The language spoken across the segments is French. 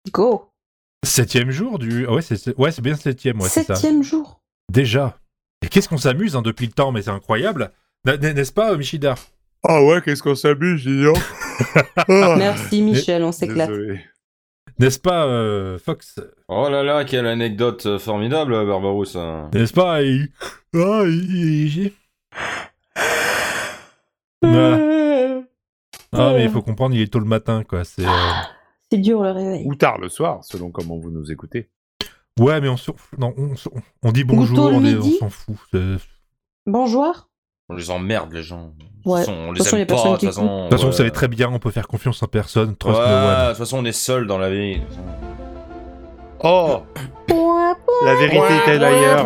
Go. 7e jour du... Ouais, c'est bien 7e, ouais, c'est ça. 7e jour. Déjà. Et qu'est-ce qu'on s'amuse depuis le temps, mais c'est incroyable. N'est-ce pas, Michida? Ah ouais, qu'est-ce qu'on s'amuse, dis donc. Merci Michel, on s'éclate. Désolé. N'est-ce pas, Fox? Oh là là, quelle anecdote formidable, Barbarousse. N'est-ce pas Voilà. Ah, mais il faut comprendre, il est tôt le matin, quoi. C'est dur le réveil. Ou tard le soir, selon comment vous nous écoutez. Ouais, mais on dit bonjour, on s'en fout. Bonjour. On les emmerde, les gens. Ouais. On De toute façon, les y a aime pas, personne de qui toute façon. De toute façon, vous savez très bien, on peut faire confiance en personne. Trust Ouais, no de one. toute façon, on est seul dans la vie. Oh, la vérité est ailleurs.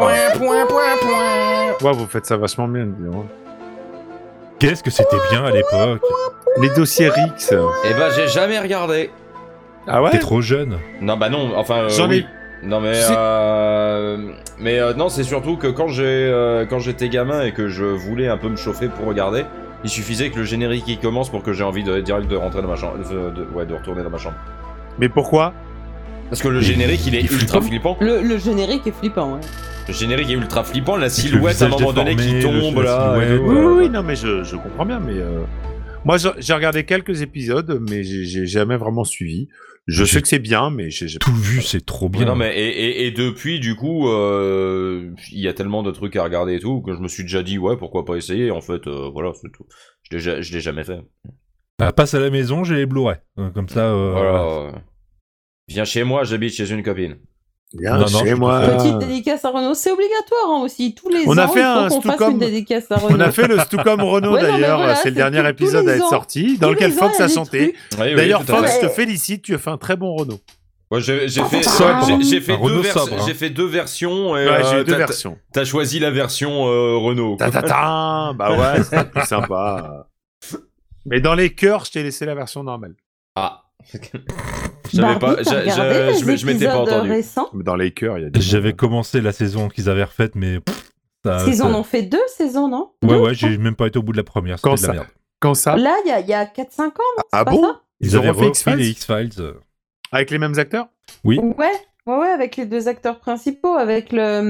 Ouais, vous faites ça vachement bien, dis donc. Qu'est-ce que c'était bien à l'époque. Les dossiers Rix. Eh ben, j'ai jamais regardé. Ah ouais? T'es trop jeune. Non, bah non, enfin. J'en ai. Oui. Non, mais. Non, c'est surtout que quand j'étais gamin et que je voulais un peu me chauffer pour regarder, il suffisait que le générique y commence pour que j'ai envie direct de rentrer dans ma chambre. De retourner dans ma chambre. Mais pourquoi? Parce que le générique, il est ultra flippant. Le générique est flippant, ouais. Le générique est ultra flippant, la le silhouette à un visage moment donné qui déformé, tombe la là. et silhouette. tout, Oui, non, mais je comprends bien, mais moi j'ai regardé quelques épisodes, mais j'ai jamais vraiment suivi. Je sais que c'est bien, mais j'ai Tout vu, c'est trop bien. Non, mais et depuis, du coup, il y a tellement de trucs à regarder et tout que je me suis déjà dit, ouais, pourquoi pas essayer. En fait, voilà, c'est tout. Je l'ai jamais fait. Passe à la maison, j'ai les Blu-ray. Comme ça. Voilà. Viens chez moi, j'habite chez une copine. Viens Non, chez je moi. Petite dédicace à Renault, c'est obligatoire hein, aussi. Tous les On ans, a fait il un faut qu'on fasse Stucom. une dédicace à Renault. On a fait le Stucom Renault Ouais, non, mais d'ailleurs, voilà, c'est le c'est dernier tous épisode les à être ans. sorti, dans Tous lequel les ans, Fox il y a a des chanté. trucs. Oui, D'ailleurs, tout à Fox, fait. je te félicite, tu as fait un très bon Renault. Ouais, j'ai fait, Sobre. j'ai fait Un Renault deux sobre, hein. j'ai fait deux versions. Et, Ouais, j'ai eu deux t'as- versions. T'as choisi la version Renault. quoi. Ta bah ouais, c'était plus sympa. Mais dans les cœurs, je t'ai laissé la version normale. Ah. Je savais pas, Barbie, t'as regardé les je m'étais pas épisodes entendu. récents. Mais dans les cœurs, il y a des J'avais moments. commencé la saison qu'ils avaient refaite, mais. Parce qu'ils en ont fait 2 saisons, non? Ouais, Deux, j'ai même pas été au bout de la première. C'était Quand de la ça merde. Quand ça Là, il y a 4-5 ans, non? Ah C'est pas bon ça Ils ont avaient refait refait les X-Files X-Files. avec les mêmes acteurs? Oui. Ouais, avec les 2 acteurs principaux, avec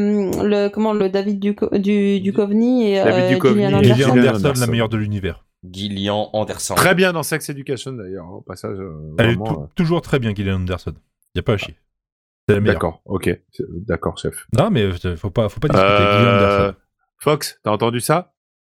le David Duchovny et David Duchovny Gillian et Gillian Anderson. Anderson, Anderson. la meilleure de l'univers. Gillian Anderson. Très bien dans Sex Education d'ailleurs, au passage. Elle est Vraiment, toujours très bien, Gillian Anderson. Y a pas à chier. C'est la meilleure. D'accord, ok. D'accord, chef. Non, mais faut pas discuter. Gillian Anderson. Fox, t'as entendu ça?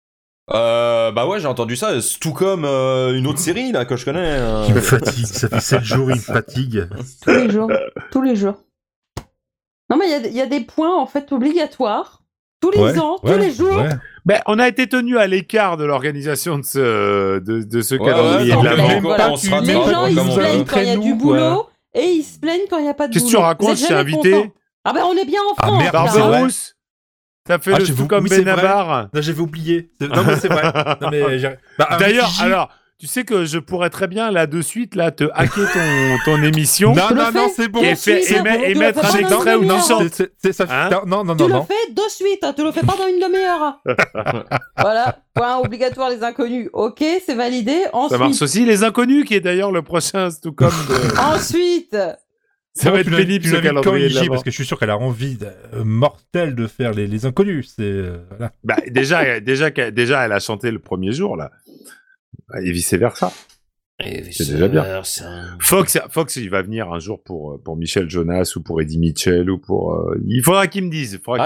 Bah ouais, j'ai entendu ça. C'est tout comme une autre série là que je connais. Il me fatigue. Ça fait 7 jours, il me fatigue. Tous les jours. Non, mais il y a des points, en fait, obligatoires. Tous les ans, tous les jours. Ouais. Ben, on a été tenu à l'écart de l'organisation de ce Ouais, calendrier ouais, de donc, l'avant. voilà. on sera Les tranquille, gens, ils comme se on plaignent veut. quand il y a du Nous, quoi. boulot et ils se plaignent quand il n'y a pas de Qu'est-ce boulot. que tu racontes? Vous êtes Je t'ai jamais invité. contents. Ah ben, on est bien en Ah, France. merde, là. c'est vrai. Barberousse, t'as fait le j'avoue, tout comme oui, c'est vrai. Benabar. Non, j'avais oublié. Non, mais c'est vrai. Non, mais un D'ailleurs, Gigi- alors, tu sais que je pourrais très bien, là, de suite, là, te hacker ton émission. Non, Tu le non, non, fais c'est bon. Et, Tout de suite, et tu mettre le un fais pas dans extrait une où tu demi-heure. chantes. Ça Hein non, Tu le non. fais de suite, hein, tu le fais pas dans une demi-heure. Voilà, point obligatoire les inconnus. Ok, c'est validé. Ça marche Ensuite, aussi. Les Inconnus, qui est d'ailleurs le prochain Stucom de... ensuite, Ça va Bon, être tu pénible, ce l'invites quand, calendrier de Gigi, l'avant. parce que je suis sûr qu'elle a envie mortelle de faire les inconnus. C'est voilà. Bah, déjà, elle a chanté le premier jour, là. Et vice-versa. C'est déjà bien. Fox, il va venir un jour pour Michel Jonas ou pour Eddie Mitchell ou pour... Il faudra qu'il me dise. Ah,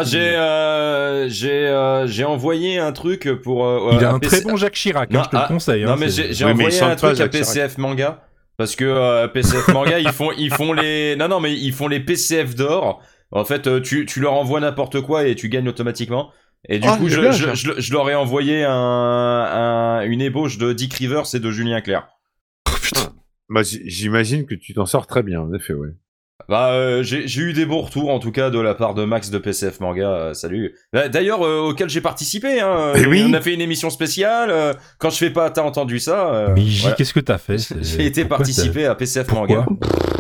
j'ai envoyé un truc pour. Il a un PC très bon Jacques Chirac, Non, je te le conseille. Non, hein, mais c'est- j'ai Oui, mais il envoyé chante un pas, truc à Jacques Chirac. PCF Manga. Parce que PCF Manga, ils font les. Non, mais ils font les PCF d'or. En fait, tu leur envoies n'importe quoi et tu gagnes automatiquement. Et du coup, c'est bien, ça. je leur ai envoyé une ébauche de Dick Rivers et de Julien Clerc. Oh, putain. Bah, j'imagine que tu t'en sors très bien, en effet, ouais. Bah, j'ai eu des bons retours, en tout cas, de la part de Max de PCF Manga. Salut. D'ailleurs, auquel j'ai participé. Hein, oui. On a fait une émission spéciale. Quand je fais pas, t'as entendu ça. Mais Gigi, voilà. qu'est-ce que t'as fait J'ai été Pourquoi participer à PCF Pourquoi Manga.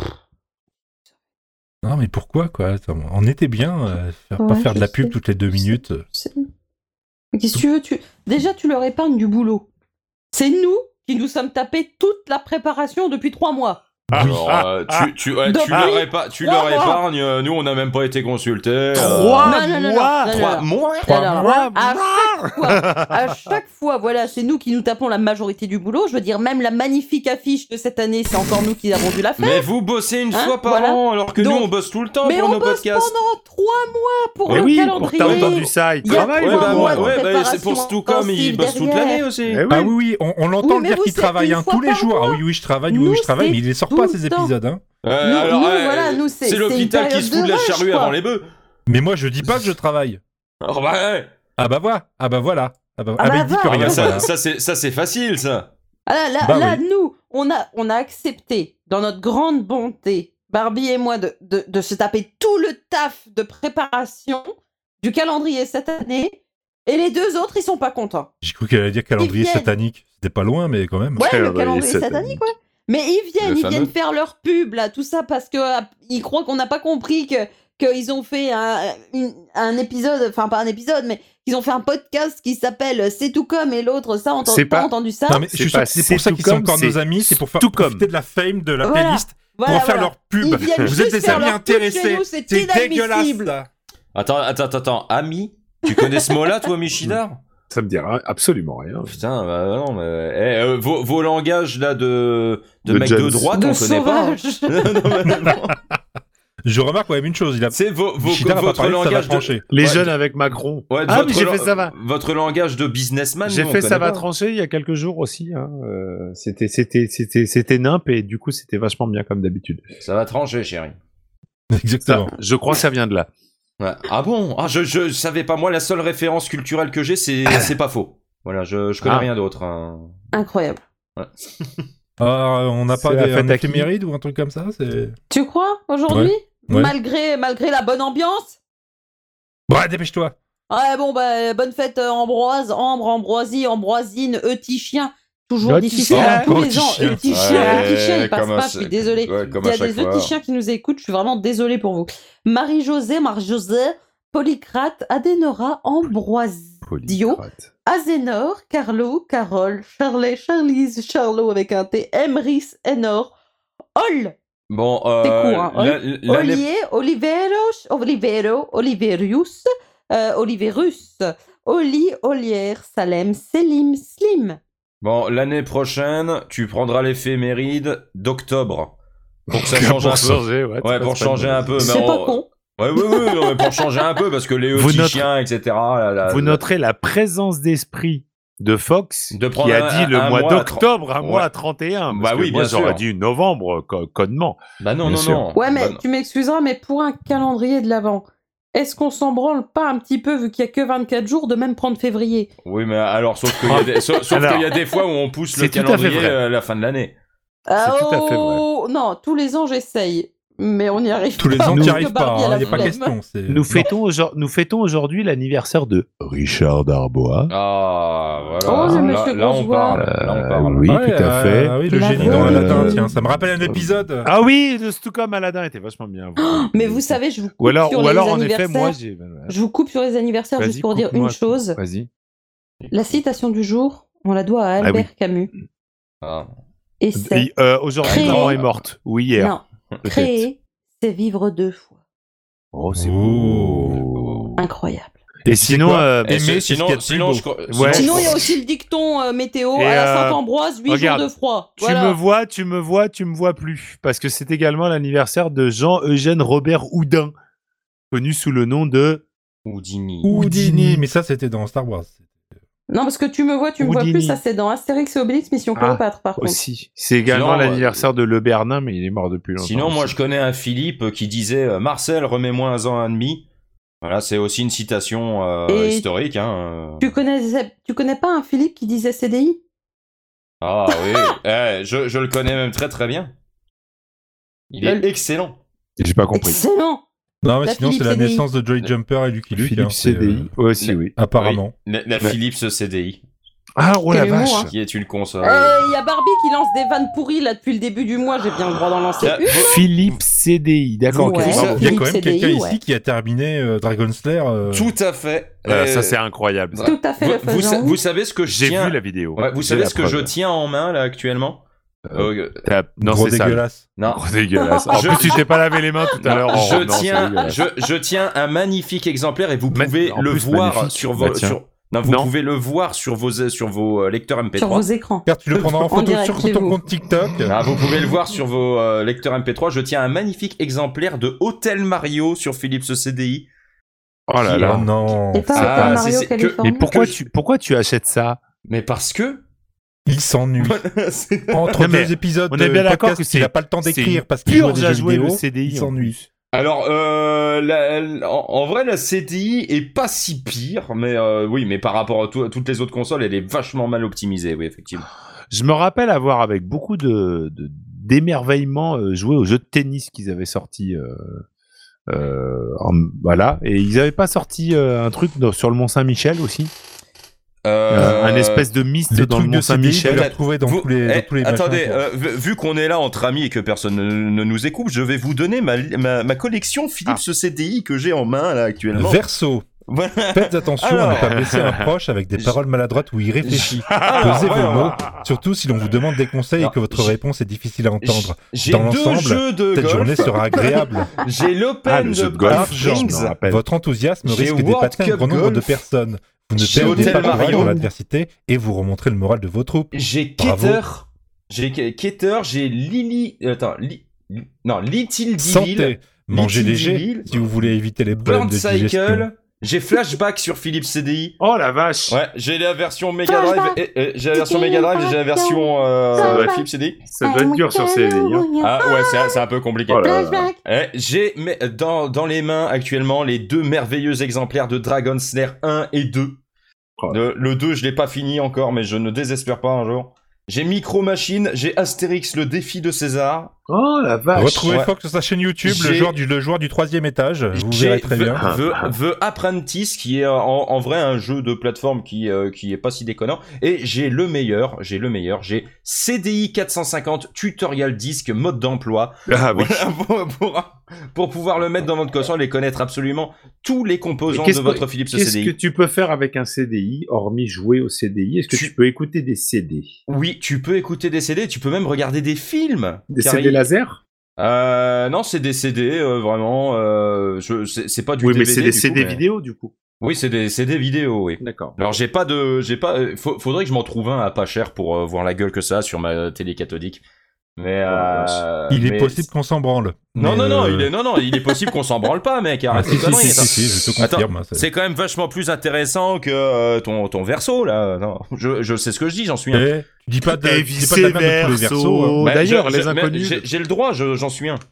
Non, mais pourquoi, quoi? Attends, on était bien, pas Ouais, faire de la je pub sais. toutes les 2 minutes. Mais qu'est-ce que tu veux Déjà, tu leur épargnes du boulot. C'est nous qui nous sommes tapés toute la préparation depuis 3 mois. Alors, tu leur épargnes. Nous, on n'a même pas été consultés. 3 mois. À chaque fois, voilà, c'est nous qui nous tapons la majorité du boulot. Je veux dire, même la magnifique affiche de cette année, c'est encore nous qui avons dû la faire. Mais vous bossez une fois par an, alors que nous, on bosse tout le temps pour nos podcasts. Mais on bosse pendant 3 mois pour le calendrier. T'as entendu ça, il travaille. C'est pour Stucom, il bosse toute l'année aussi. Ah oui, on l'entend dire qu'il travaille tous les jours. Ah oui, je travaille, mais il les sort pas ces épisodes. C'est l'hôpital qui se fout de la charrue avant les bœufs. Mais moi, je dis pas que je travaille. Alors voilà. Il dit que rien. Ça c'est facile, ça. Nous, on a accepté, dans notre grande bonté, Barbie et moi, de se taper tout le taf de préparation du calendrier cette année, et les 2 autres, ils sont pas contents. J'ai cru qu'elle allait dire calendrier satanique. C'était pas loin, mais quand même. Ouais, le calendrier satanique, ouais. Mais ils viennent faire leur pub, là, tout ça, parce que ils croient qu'on n'a pas compris qu'ils ont fait un épisode, enfin pas un épisode, mais qu'ils ont fait un podcast qui s'appelle C'est tout comme, et l'autre, ça, on n'a pas entendu ça. Non, mais je suis sûr que c'est pour ça qu'ils sont encore nos amis, c'est pour profiter de la fame de la playlist, pour faire leur pub. Vous êtes des amis intéressés, c'est dégueulasse, là. Attends, ami? Tu connais ce mot-là, toi, Michidar? Ça me dira absolument rien. Putain, non, mais vos langages là de mecs de droite, on connaît pas. Je remarque quand même une chose, c'est votre langage de... Les jeunes avec Macron. Ouais, mais j'ai fait ça va. Votre langage de businessman. J'ai fait ça va trancher il y a quelques jours aussi. C'était nimp et du coup c'était vachement bien comme d'habitude. Ça va trancher, chérie. Exactement. Je crois que ça vient de là. Ouais. Ah bon? Je savais pas. Moi, la seule référence culturelle que j'ai, c'est pas faux. Voilà, je connais rien d'autre. Incroyable. Ouais. On n'a pas un éphéméride ou un truc comme ça, Tu crois, aujourd'hui? Ouais. Malgré la bonne ambiance? Ouais, dépêche-toi. Ouais, bon, bonne fête Ambroise, Ambre, Ambroisie, Ambroisine, Eutychien. Toujours difficile tous les ans. Eutychien, il passe pas, je suis désolée. Il y a des Eutychiens qui nous écoutent, je suis vraiment désolée pour vous. Marie-Josée, Polycrate, Adénora, Ambroisio, Azénor, Carlo, Carole, Charlet, Charlise, Charlot avec un T, Emrys, Enor, Ol. Bon, c'est court, hein. Olier, Oliverius, Oliverus, Oli, Olière, Salem, Selim, Slim. Bon, l'année prochaine, tu prendras l'éphéméride d'octobre. Pour que ça change un peu. Ouais, pour changer un peu. C'est pas con. Ouais, mais pour changer un peu, parce que les Eutychiens, etc. Vous noterez la présence d'esprit de Fox qui a dit le mois d'octobre, un mois à 31. Bah oui, bien sûr. J'aurais dit novembre, codement. Bah non. Ouais, mais tu m'excuseras, mais pour un calendrier de l'Avent, est-ce qu'on s'en branle pas un petit peu, vu qu'il y a que 24 jours, de même prendre février? Oui, mais alors, sauf qu'il y a des fois où on pousse le calendrier à la fin de l'année. C'est tout à fait vrai. Non, tous les ans, j'essaye. Mais on n'y arrive tous pas. Les ans, n'y arrive pas. Il n'y a pas question. Nous fêtons aujourd'hui l'anniversaire de Richard Darbois. Ah, voilà. Oh, c'est Monsieur là, on parle. Oui, tout à fait. Oui, le génie dans Aladdin, tiens. Ça me rappelle un épisode. Ah oui, tout comme Aladdin était vachement bien. Mais vous savez, je vous coupe sur les anniversaires. Je vous coupe sur les anniversaires juste pour dire une chose. Vas-y. La citation du jour, on la doit à Albert Camus. Ah. Et c'est... Aujourd'hui, maman est morte. Ou hier. Non. Créer, c'est vivre 2 fois. Oh, c'est beau. Incroyable. Et sinon, sinon, il y a aussi le dicton météo à la Saint-Ambroise, 8 jours de froid. Voilà. Tu me vois plus. Parce que c'est également l'anniversaire de Jean-Eugène Robert Houdin, connu sous le nom de Houdini. Mais ça, c'était dans Star Wars. Non, parce que tu me vois plus, ça c'est dans Astérix et Obélix, Mission Cléopâtre, par contre. Aussi. C'est également l'anniversaire de Le Bernin, mais il est mort depuis longtemps. Sinon, moi, je connais un Philippe qui disait « Marcel, remets-moi 1 an et demi ». Voilà, c'est aussi une citation historique. Hein. Tu connais pas un Philippe qui disait CDI? Ah oui, je le connais même très très bien. Il est excellent. J'ai pas compris. Excellent. Non, mais sinon, c'est la naissance de Jolly Jumper et Lucky Luke. Philippe CDI. Aussi, oui. Apparemment. La Philips CDI. Ah, oh la vache. Hein. Qui est une console. Il y a Barbie qui lance des vannes pourries là depuis le début du mois, j'ai bien le droit d'en lancer une. Philippe CDI, d'accord. Ouais, il y a quand même quelqu'un ici qui a terminé Dragon Slayer. Tout à fait. Ça, c'est incroyable. Tout à fait. Vous savez ce que j'ai vu la vidéo. Ouais, vous savez ce que je tiens en main là actuellement? Non, c'est dégueulasse. Non. Gros dégueulasse. En plus, tu t'es pas lavé les mains tout à l'heure. Je tiens un magnifique exemplaire et vous pouvez le voir sur vos... vous pouvez le voir sur vos lecteurs MP3. Sur vos écrans. Car tu le prendras en photo sur ton compte TikTok. Vous pouvez le voir sur vos lecteurs MP3. Je tiens un magnifique exemplaire de Hotel Mario sur Philips CDI. Oh là là, non. Mais pourquoi tu achètes ça? Mais parce que il s'ennuie. Entre deux épisodes, on est bien d'accord qu'il n'a pas le temps d'écrire parce qu'il joue à des jeux vidéo, le CDI, il s'ennuie. Alors, en vrai, la CDI est pas si pire, mais oui, mais par rapport à toutes les autres consoles, elle est vachement mal optimisée, oui, effectivement. Je me rappelle avoir, avec beaucoup d'émerveillement, joué au jeu de tennis qu'ils avaient sorti. Voilà, et ils n'avaient pas sorti un truc sur le Mont Saint-Michel aussi. Un espèce de mist dans le Mont Saint-Michel. Attendez, vu qu'on est là entre amis et que personne ne nous écoute, je vais vous donner ma collection Philips CDI que j'ai en main là actuellement. Verso. Voilà. Faites attention à ne pas blesser un proche avec des paroles maladroites ou irréfléchies. Pesez vos mots, surtout si l'on vous demande des conseils et que votre réponse est difficile à entendre. Dans l'ensemble, cette journée sera agréable. J'ai l'Open de Golf Springs. Votre enthousiasme risque d'épater un grand nombre de personnes. Vous ne perdez pas courage dans l'adversité et vous remontrez le moral de vos troupes. J'ai Keter, j'ai Lily... Little Devil. Santé. Mangez léger si vous voulez éviter les problèmes de digestion. J'ai Flashback sur Philips CDI. Oh la vache. Ouais, j'ai la version Mega Drive j'ai la version Philips CDI. Ça doit être dur sur CDI. Ah ouais, c'est un peu compliqué. J'ai dans les mains actuellement les 2 merveilleux exemplaires de Dragon Slayer 1 et 2. Le 2, je l'ai pas fini encore, mais je ne désespère pas un jour. J'ai Micro Machine, j'ai Astérix, le défi de César. Oh la vache. Retrouvez Fox sur sa chaîne YouTube, le joueur du 3e étage. Vous verrez très bien. The Apprentice, qui est en vrai un jeu de plateforme qui est pas si déconnant. Et j'ai le meilleur. J'ai CDI 450 Tutorial Disc mode d'emploi. Ah oui. Pour pouvoir le mettre dans votre console et connaître absolument tous les composants de votre Philips CDI. Qu'est-ce que tu peux faire avec un CDI, hormis jouer au CDI? Est-ce que tu peux écouter des CD? Oui, tu peux écouter des CD, tu peux même regarder des films. Des CD laser? Non, c'est des CD, vraiment. C'est pas du DVD. Oui, mais c'est des CD vidéo, du coup. Oui, c'est des CD vidéo, oui. D'accord. Alors, faudrait que je m'en trouve un à pas cher pour voir la gueule que ça a sur ma télé cathodique. Mais il est possible qu'on s'en branle. Non, il est possible qu'on s'en branle pas, mec. Si, je te confirme. C'est quand même vachement plus intéressant que ton verso, là. Non, je sais ce que je dis, j'en suis un. Tu dis pas de la merde de tous les versos. D'ailleurs, les inconnus. J'ai le droit, j'en suis un.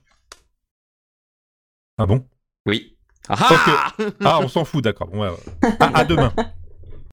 Ah bon? Oui. Ah, on s'en fout, d'accord. Bon, à demain.